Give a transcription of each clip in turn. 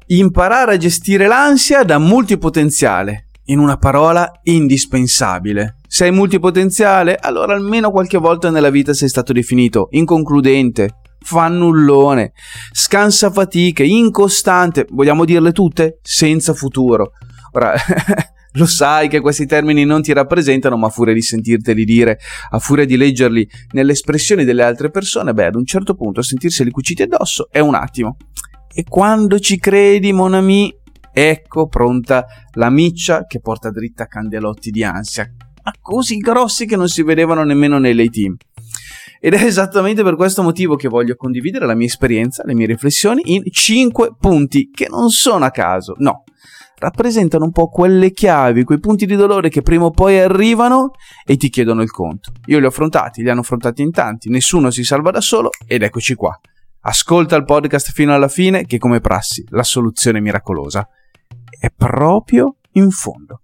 Imparare a gestire l'ansia da multipotenziale. In una parola, indispensabile. Sei multipotenziale? Allora almeno qualche volta nella vita sei stato definito inconcludente, fannullone, scansafatiche, incostante, vogliamo dirle tutte? Senza futuro. Ora, lo sai che questi termini non ti rappresentano, ma a furia di sentirteli dire, a furia di leggerli nelle espressioni delle altre persone, ad un certo punto sentirseli cuciti addosso è un attimo. E quando ci credi, mon ami, ecco pronta la miccia che porta dritta a candelotti di ansia, ma così grossi che non si vedevano nemmeno nei lay team. Ed è esattamente per questo motivo che voglio condividere la mia esperienza, le mie riflessioni in 5 punti che non sono a caso, no, rappresentano un po' quelle chiavi, quei punti di dolore che prima o poi arrivano e ti chiedono il conto. Io li ho affrontati, li hanno affrontati in tanti, nessuno si salva da solo ed eccoci qua. Ascolta il podcast fino alla fine che, come prassi, la soluzione miracolosa è proprio in fondo.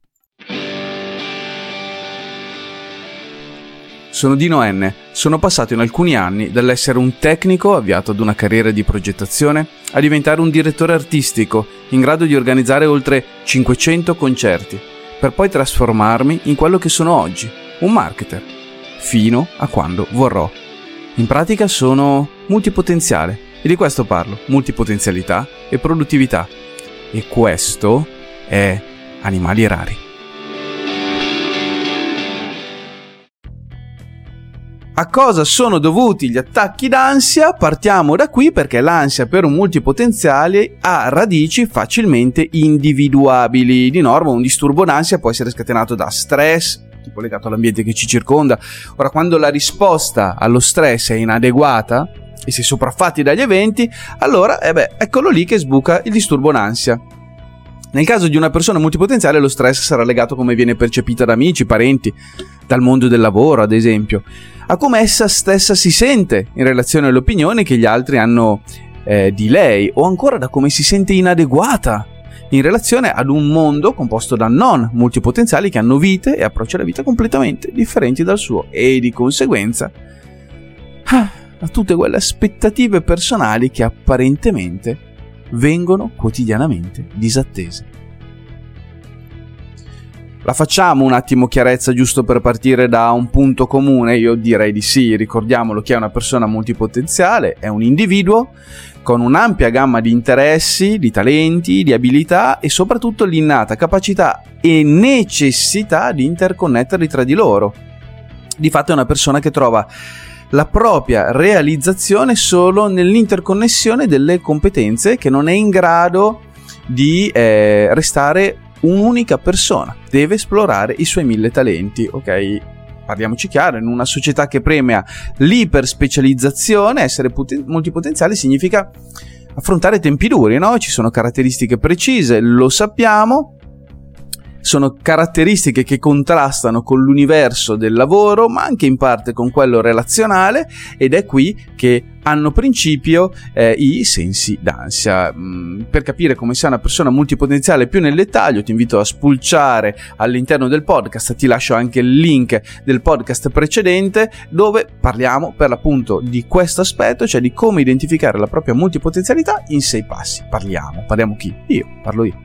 Sono Dino N. Sono passato in alcuni anni dall'essere un tecnico avviato ad una carriera di progettazione a diventare un direttore artistico in grado di organizzare oltre 500 concerti, per poi trasformarmi in quello che sono oggi, un marketer, fino a quando vorrò. In pratica sono multipotenziale e di questo parlo, multipotenzialità e produttività. E questo è Animali Rari. A cosa sono dovuti gli attacchi d'ansia? Partiamo da qui perché l'ansia per un multipotenziale ha radici facilmente individuabili. Di norma un disturbo d'ansia può essere scatenato da stress, tipo legato all'ambiente che ci circonda. Ora, quando la risposta allo stress è inadeguata e si è sopraffatti dagli eventi, allora eccolo lì che sbuca il disturbo d'ansia. Nel caso di una persona multipotenziale lo stress sarà legato a come viene percepita da amici, parenti, dal mondo del lavoro ad esempio, a come essa stessa si sente in relazione alle opinioni che gli altri hanno di lei, o ancora da come si sente inadeguata in relazione ad un mondo composto da non multipotenziali che hanno vite e approcci alla vita completamente differenti dal suo e di conseguenza a tutte quelle aspettative personali che apparentemente vengono quotidianamente disattese. La facciamo un attimo chiarezza giusto per partire da un punto comune? Io direi di sì. Ricordiamolo, chi è una persona multipotenziale è un individuo con un'ampia gamma di interessi, di talenti, di abilità e soprattutto l'innata capacità e necessità di interconnetterli tra di loro. Di fatto è una persona che trova la propria realizzazione solo nell'interconnessione delle competenze, che non è in grado di restare un'unica persona, deve esplorare i suoi 1000 talenti, ok? Parliamoci chiaro, in una società che premia l'iperspecializzazione, essere multipotenziali significa affrontare tempi duri, no? Ci sono caratteristiche precise, lo sappiamo, sono caratteristiche che contrastano con l'universo del lavoro, ma anche in parte con quello relazionale, ed è qui che hanno principio i sensi d'ansia. Per capire come sia una persona multipotenziale più nel dettaglio ti invito a spulciare all'interno del podcast, ti lascio anche il link del podcast precedente dove parliamo per l'appunto di questo aspetto, cioè di come identificare la propria multipotenzialità in 6 passi. Parliamo chi? Parlo io.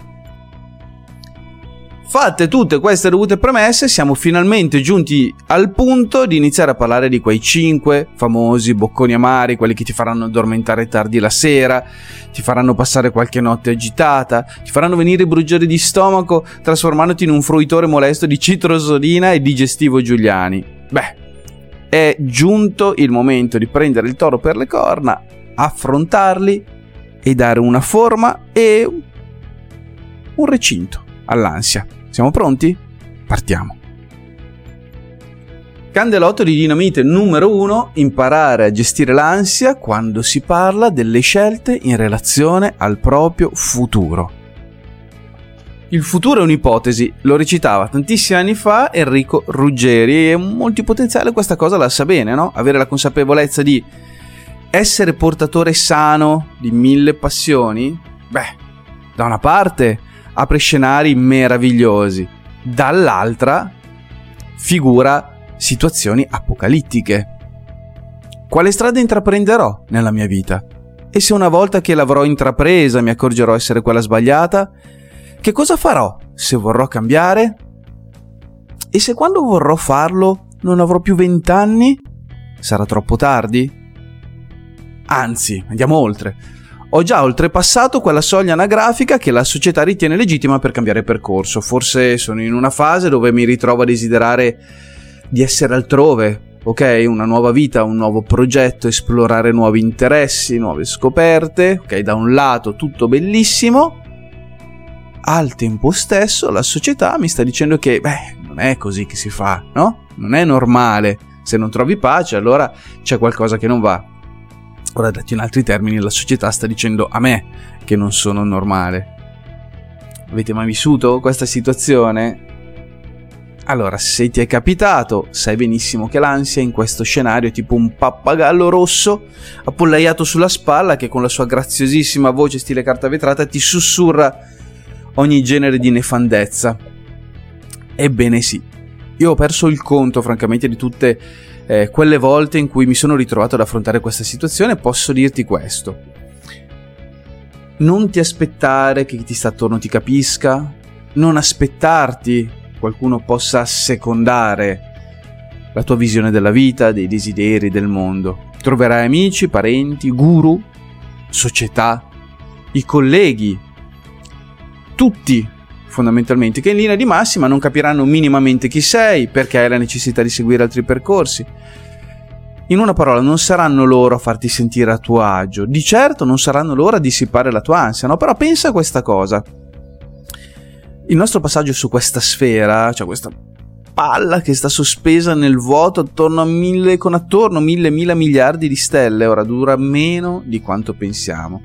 Fatte tutte queste dovute premesse, siamo finalmente giunti al punto di iniziare a parlare di quei 5 famosi bocconi amari, quelli che ti faranno addormentare tardi la sera, ti faranno passare qualche notte agitata, ti faranno venire i bruciori di stomaco trasformandoti in un fruitore molesto di citrosodina e digestivo Giuliani. È giunto il momento di prendere il toro per le corna, affrontarli e dare una forma e un recinto all'ansia. Siamo pronti? Partiamo. Candelotto di dinamite numero 1: imparare a gestire l'ansia quando si parla delle scelte in relazione al proprio futuro. Il futuro è un'ipotesi, lo recitava tantissimi anni fa Enrico Ruggeri, e un multipotenziale questa cosa la sa bene, no? Avere la consapevolezza di essere portatore sano di 1000 passioni, da una parte apre scenari meravigliosi, dall'altra figura situazioni apocalittiche. Quale strada intraprenderò nella mia vita? E se una volta che l'avrò intrapresa mi accorgerò essere quella sbagliata? Che cosa farò se vorrò cambiare? E se quando vorrò farlo non avrò più 20 anni? Sarà troppo tardi? Anzi, andiamo oltre. Ho già oltrepassato quella soglia anagrafica che la società ritiene legittima per cambiare percorso. Forse sono in una fase dove mi ritrovo a desiderare di essere altrove. Ok, una nuova vita, un nuovo progetto, esplorare nuovi interessi, nuove scoperte. Ok, da un lato tutto bellissimo. Al tempo stesso la società mi sta dicendo che, non è così che si fa, no? Non è normale. Se non trovi pace, allora c'è qualcosa che non va. Ora, detti in altri termini, la società sta dicendo a me che non sono normale. Avete mai vissuto questa situazione? Allora, se ti è capitato, sai benissimo che l'ansia in questo scenario è tipo un pappagallo rosso appollaiato sulla spalla che con la sua graziosissima voce stile carta vetrata ti sussurra ogni genere di nefandezza. Ebbene sì, io ho perso il conto francamente di tutte quelle volte in cui mi sono ritrovato ad affrontare questa situazione. Posso dirti questo: non ti aspettare che chi ti sta attorno ti capisca, non aspettarti qualcuno possa assecondare la tua visione della vita, dei desideri, del mondo. Troverai amici, parenti, guru, società, i colleghi, tutti fondamentalmente, che in linea di massima non capiranno minimamente chi sei, perché hai la necessità di seguire altri percorsi. In una parola, non saranno loro a farti sentire a tuo agio, di certo non saranno loro a dissipare la tua ansia, no? Però pensa a questa cosa. Il nostro passaggio su questa sfera, cioè questa palla che sta sospesa nel vuoto attorno a mille miliardi di stelle, ora dura meno di quanto pensiamo.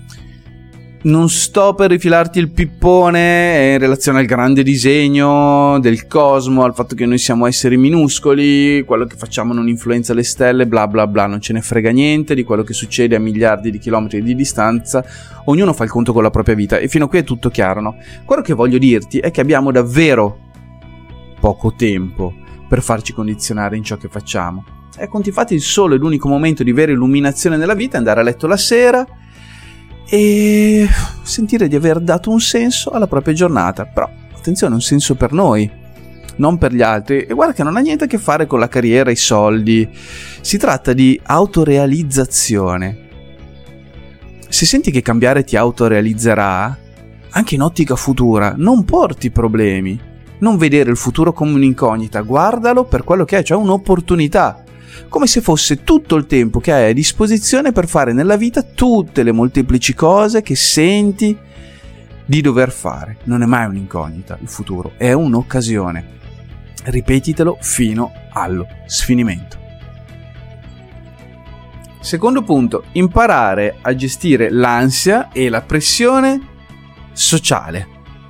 Non sto per rifilarti il pippone in relazione al grande disegno del cosmo, al fatto che noi siamo esseri minuscoli, quello che facciamo non influenza le stelle, bla bla bla, non ce ne frega niente di quello che succede a miliardi di chilometri di distanza, ognuno fa il conto con la propria vita e fino a qui è tutto chiaro, no? Quello che voglio dirti è che abbiamo davvero poco tempo per farci condizionare in ciò che facciamo. A conti fatti il solo e l'unico momento di vera illuminazione nella vita è andare a letto la sera e sentire di aver dato un senso alla propria giornata. Però attenzione, un senso per noi, non per gli altri, e guarda che non ha niente a che fare con la carriera, i soldi. Si tratta di autorealizzazione. Se senti che cambiare ti autorealizzerà, anche in ottica futura, non porti problemi. Non vedere il futuro come un'incognita, guardalo per quello che è, cioè un'opportunità. Come se fosse tutto il tempo che hai a disposizione per fare nella vita tutte le molteplici cose che senti di dover fare. Non è mai un'incognita il futuro, è un'occasione. Ripetitelo fino allo sfinimento. Secondo punto, imparare a gestire l'ansia e la pressione sociale.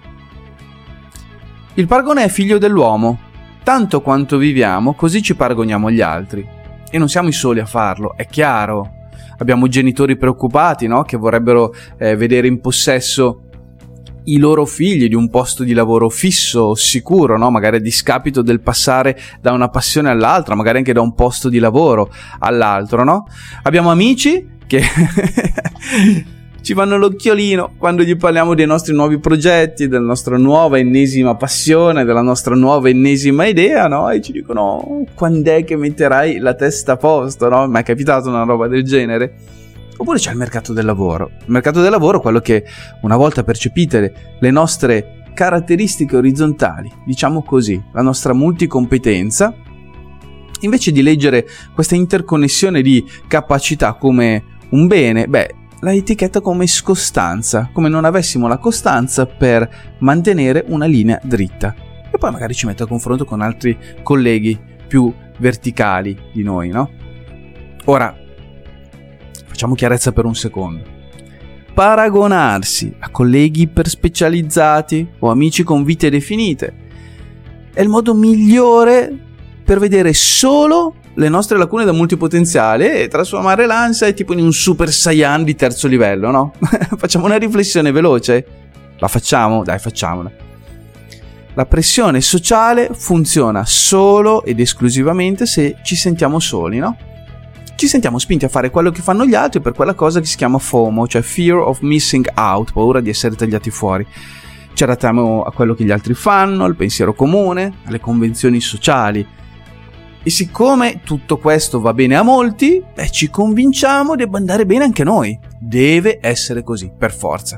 Il paragone è figlio dell'uomo. Tanto quanto viviamo, così ci paragoniamo agli altri. E non siamo i soli a farlo, è chiaro. Abbiamo genitori preoccupati, no? Che vorrebbero vedere in possesso i loro figli di un posto di lavoro fisso, sicuro, no? Magari a discapito del passare da una passione all'altra, magari anche da un posto di lavoro all'altro, no? Abbiamo amici che ci fanno l'occhiolino quando gli parliamo dei nostri nuovi progetti, della nostra nuova ennesima passione, della nostra nuova ennesima idea, no? E ci dicono: quando è che metterai la testa a posto, no? Mi è capitato una roba del genere? Oppure c'è il mercato del lavoro. Il mercato del lavoro, quello che una volta percepite le nostre caratteristiche orizzontali, diciamo così, la nostra multicompetenza, invece di leggere questa interconnessione di capacità come un bene, la etichetta come scostanza, come non avessimo la costanza per mantenere una linea dritta. E poi magari ci mette a confronto con altri colleghi più verticali di noi, no? Ora, facciamo chiarezza per un secondo. Paragonarsi a colleghi iperspecializzati o amici con vite definite è il modo migliore per vedere solo le nostre lacune da multipotenziale e trasformare l'ansia tipo in un super saiyan di terzo livello, no? Facciamo una riflessione veloce? La facciamo? Dai, facciamola. La pressione sociale funziona solo ed esclusivamente se ci sentiamo soli, no? ci sentiamo spinti a fare quello che fanno gli altri per quella cosa che si chiama FOMO, cioè Fear of Missing Out, paura di essere tagliati fuori. Ci adattiamo a quello che gli altri fanno, al pensiero comune, alle convenzioni sociali. E siccome tutto questo va bene a molti, ci convinciamo debba andare bene anche noi. Deve essere così, per forza.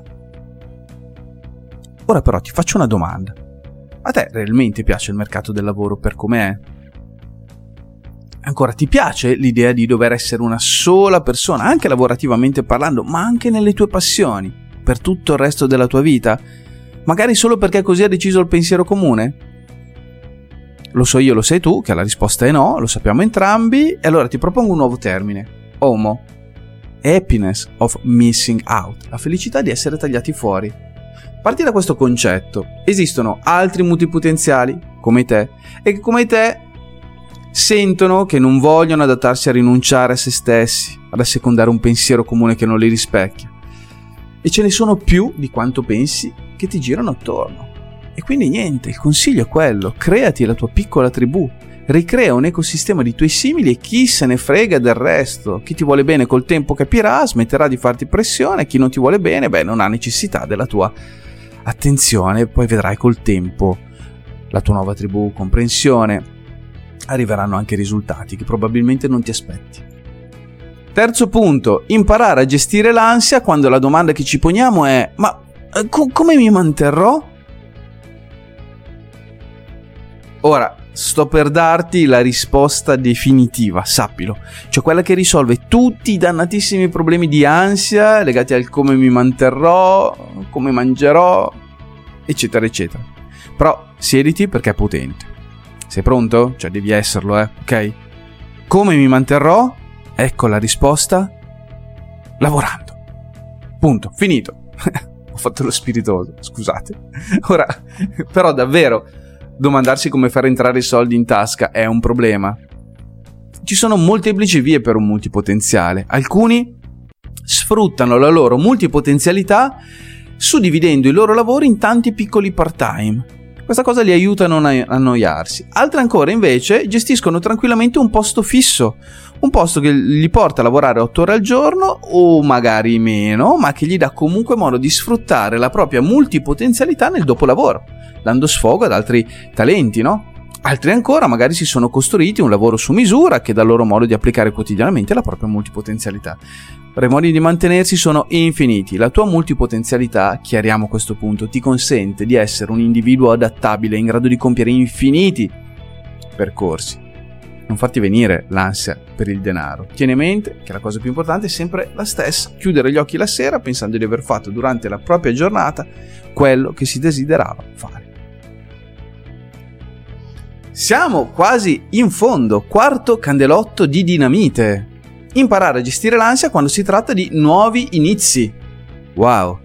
Ora però ti faccio una domanda. A te realmente piace il mercato del lavoro per com'è? Ancora, ti piace l'idea di dover essere una sola persona, anche lavorativamente parlando, ma anche nelle tue passioni, per tutto il resto della tua vita? Magari solo perché così ha deciso il pensiero comune? Lo so io, lo sai tu, che la risposta è no, lo sappiamo entrambi, e allora ti propongo un nuovo termine. HOMO. Happiness of Missing Out. La felicità di essere tagliati fuori. Parti da questo concetto. Esistono altri multipotenziali, come te, e che come te sentono che non vogliono adattarsi a rinunciare a se stessi, ad assecondare un pensiero comune che non li rispecchia. E ce ne sono più di quanto pensi che ti girano attorno. E quindi niente, il consiglio è quello: creati la tua piccola tribù, ricrea un ecosistema di tuoi simili e chi se ne frega del resto. Chi ti vuole bene col tempo capirà, smetterà di farti pressione, chi non ti vuole bene, non ha necessità della tua attenzione, poi vedrai col tempo la tua nuova tribù, comprensione, arriveranno anche risultati che probabilmente non ti aspetti. Terzo punto, imparare a gestire l'ansia quando la domanda che ci poniamo è: ma come mi manterrò? Ora, sto per darti la risposta definitiva, sappilo, cioè quella che risolve tutti i dannatissimi problemi di ansia legati al come mi manterrò, come mangerò, eccetera eccetera. Però siediti perché è potente. Sei pronto? Cioè devi esserlo, ok? Come mi manterrò? Ecco la risposta: lavorando. Punto, finito. Ho fatto lo spiritoso, scusate. Ora, però davvero, domandarsi come far entrare i soldi in tasca è un problema. Ci sono molteplici vie per un multipotenziale. Alcuni sfruttano la loro multipotenzialità suddividendo i loro lavori in tanti piccoli part-time. Questa cosa li aiuta a non annoiarsi. Altri ancora invece gestiscono tranquillamente un posto fisso, un posto che gli porta a lavorare 8 ore al giorno o magari meno, ma che gli dà comunque modo di sfruttare la propria multipotenzialità nel dopolavoro, dando sfogo ad altri talenti, no? Altri ancora magari si sono costruiti un lavoro su misura che dà loro modo di applicare quotidianamente la propria multipotenzialità. I modi di mantenersi sono infiniti. La tua multipotenzialità, chiariamo questo punto, ti consente di essere un individuo adattabile in grado di compiere infiniti percorsi. Non farti venire l'ansia per il denaro. Tieni a mente che la cosa più importante è sempre la stessa: chiudere gli occhi la sera pensando di aver fatto durante la propria giornata quello che si desiderava fare. Siamo quasi in fondo. Quarto candelotto di dinamite: imparare a gestire l'ansia quando si tratta di nuovi inizi. Wow.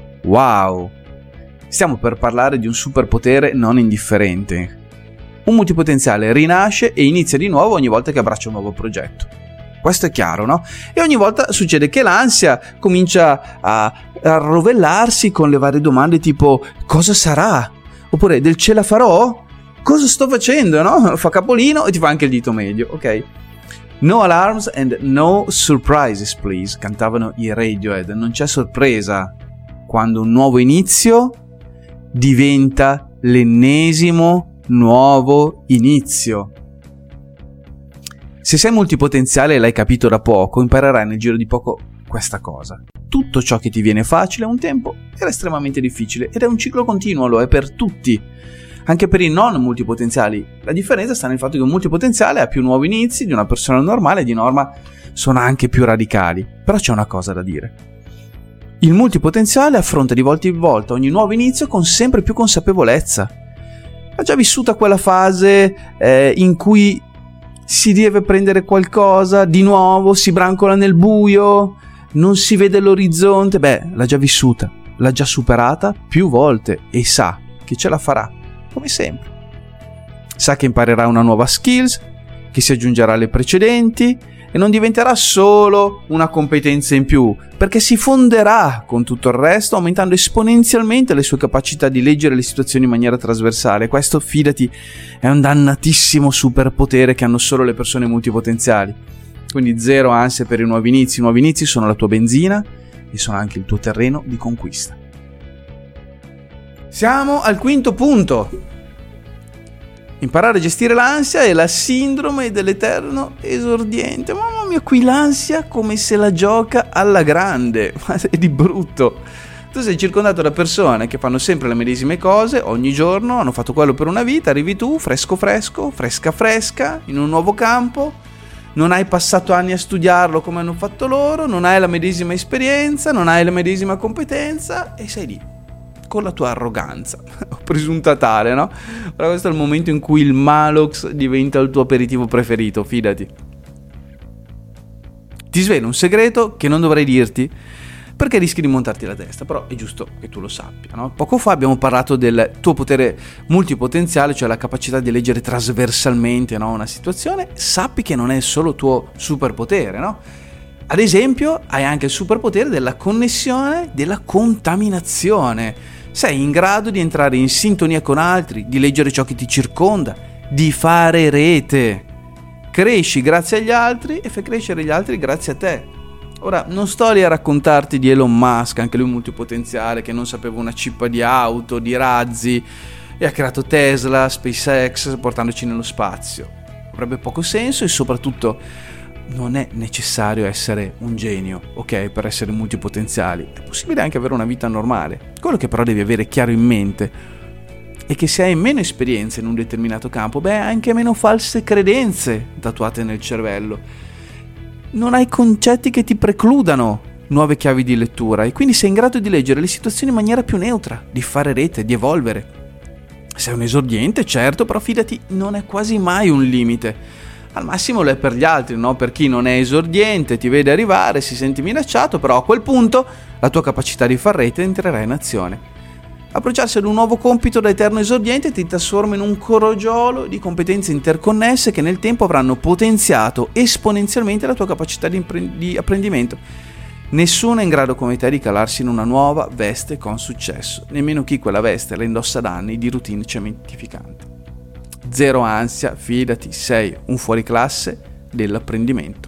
Stiamo per parlare di un superpotere non indifferente. Un multipotenziale rinasce e inizia di nuovo ogni volta che abbraccia un nuovo progetto. Questo è chiaro, no? E ogni volta succede che l'ansia comincia a rovellarsi con le varie domande tipo: cosa sarà? Oppure del ce la farò? Cosa sto facendo, no? Fa capolino e ti fa anche il dito medio, ok? No alarms and no surprises, please, cantavano i Radiohead. Non c'è sorpresa quando un nuovo inizio diventa l'ennesimo nuovo inizio. Se sei multipotenziale e l'hai capito da poco, imparerai nel giro di poco questa cosa: tutto ciò che ti viene facile a un tempo era estremamente difficile, ed è un ciclo continuo, lo è per tutti, anche per i non multipotenziali. La differenza sta nel fatto che un multipotenziale ha più nuovi inizi di una persona normale, di norma sono anche più radicali. Però c'è una cosa da dire: il multipotenziale affronta di volta in volta ogni nuovo inizio con sempre più consapevolezza. Ha già vissuta quella fase in cui si deve prendere qualcosa di nuovo, si brancola nel buio, non si vede l'orizzonte. L'ha già vissuta, l'ha già superata più volte e sa che ce la farà, come sempre. Sa che imparerà una nuova skills, che si aggiungerà alle precedenti e non diventerà solo una competenza in più, perché si fonderà con tutto il resto, aumentando esponenzialmente le sue capacità di leggere le situazioni in maniera trasversale. Questo, fidati, è un dannatissimo superpotere che hanno solo le persone multipotenziali. Quindi zero ansia per i nuovi inizi. I nuovi inizi sono la tua benzina e sono anche il tuo terreno di conquista. Siamo al quinto punto. Imparare a gestire l'ansia e la sindrome dell'eterno esordiente. Mamma mia, qui l'ansia come se la gioca alla grande, ma è di brutto. Tu sei circondato da persone che fanno sempre le medesime cose ogni giorno, hanno fatto quello per una vita, arrivi tu fresca fresca, in un nuovo campo, non hai passato anni a studiarlo come hanno fatto loro, non hai la medesima esperienza, non hai la medesima competenza e sei lì con la tua arroganza presunta tale, no? Però questo è il momento in cui il Malox diventa il tuo aperitivo preferito, fidati. Ti svelo un segreto che non dovrei dirti perché rischi di montarti la testa, però è giusto che tu lo sappia, no? Poco fa abbiamo parlato del tuo potere multipotenziale, cioè la capacità di leggere trasversalmente, no, una situazione. Sappi che non è solo tuo superpotere, no? Ad esempio, hai anche il superpotere della connessione, della contaminazione. Sei in grado di entrare in sintonia con altri, di leggere ciò che ti circonda, di fare rete. Cresci grazie agli altri e fai crescere gli altri grazie a te. Ora, non sto lì a raccontarti di Elon Musk, anche lui multipotenziale, che non sapeva una cippa di auto, di razzi, e ha creato Tesla, SpaceX, portandoci nello spazio. Avrebbe poco senso e soprattutto non è necessario essere un genio, ok, per essere multipotenziali. È possibile anche avere una vita normale. Quello che però devi avere chiaro in mente è che se hai meno esperienza in un determinato campo, hai anche meno false credenze tatuate nel cervello. Non hai concetti che ti precludano nuove chiavi di lettura e quindi sei in grado di leggere le situazioni in maniera più neutra, di fare rete, di evolvere. Sei un esordiente, certo, però fidati, non è quasi mai un limite. Al massimo lo è per gli altri, no? Per chi non è esordiente, ti vede arrivare, si sente minacciato, però a quel punto la tua capacità di far rete entrerà in azione. Approcciarsi ad un nuovo compito da eterno esordiente ti trasforma in un crogiolo di competenze interconnesse che nel tempo avranno potenziato esponenzialmente la tua capacità di apprendimento. Nessuno è in grado come te di calarsi in una nuova veste con successo, nemmeno chi quella veste la indossa da anni di routine cementificante. Zero ansia, fidati, sei un fuoriclasse dell'apprendimento.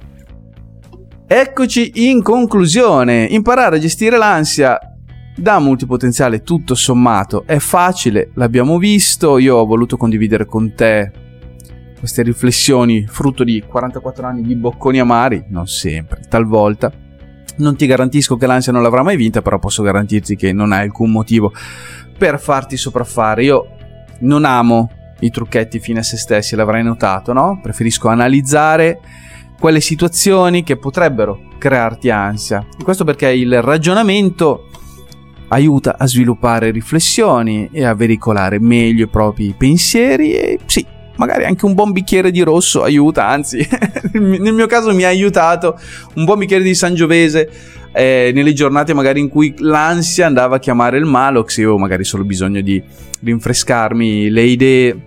Eccoci in conclusione. Imparare a gestire l'ansia da multipotenziale tutto sommato è facile, l'abbiamo visto. Io ho voluto condividere con te queste riflessioni frutto di 44 anni di bocconi amari, non sempre, talvolta. Non ti garantisco che l'ansia non l'avrà mai vinta, però posso garantirti che non hai alcun motivo per farti sopraffare. Io non amo i trucchetti fine a se stessi, l'avrai notato, no? Preferisco analizzare quelle situazioni che potrebbero crearti ansia. E questo perché il ragionamento aiuta a sviluppare riflessioni e a veicolare meglio i propri pensieri e sì, magari anche un buon bicchiere di rosso aiuta, anzi nel mio caso mi ha aiutato un buon bicchiere di Sangiovese nelle giornate magari in cui l'ansia andava a chiamare il Malox. Io magari solo bisogno di rinfrescarmi le idee.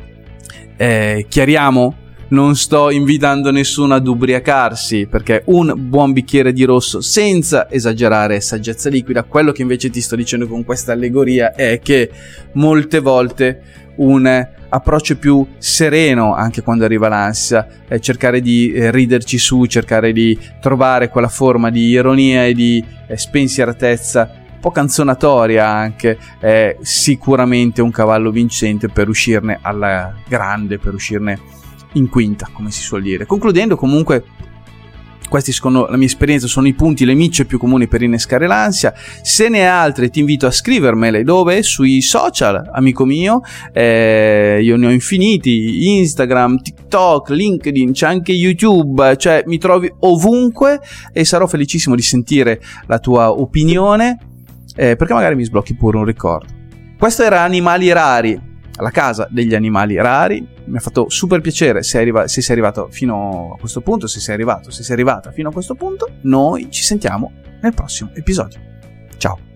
Chiariamo, non sto invitando nessuno ad ubriacarsi, perché un buon bicchiere di rosso senza esagerare è saggezza liquida. Quello che invece ti sto dicendo con questa allegoria è che molte volte un approccio più sereno anche quando arriva l'ansia, cercare di riderci su, cercare di trovare quella forma di ironia e di spensieratezza un po' canzonatoria anche, è sicuramente un cavallo vincente per uscirne alla grande, per uscirne in quinta, come si suol dire. Concludendo, comunque, questi secondo la mia esperienza sono i punti, le micce più comuni per innescare l'ansia. Se ne hai altre ti invito a scrivermele. Dove? Sui social, amico mio. Io ne ho infiniti: Instagram, TikTok, LinkedIn, c'è anche YouTube, cioè mi trovi ovunque e sarò felicissimo di sentire la tua opinione, perché magari mi sblocchi pure un ricordo. Questo era Animali Rari, la casa degli animali rari. Mi ha fatto super piacere se sei arrivato fino a questo punto, se sei arrivata fino a questo punto. Noi ci sentiamo nel prossimo episodio. Ciao.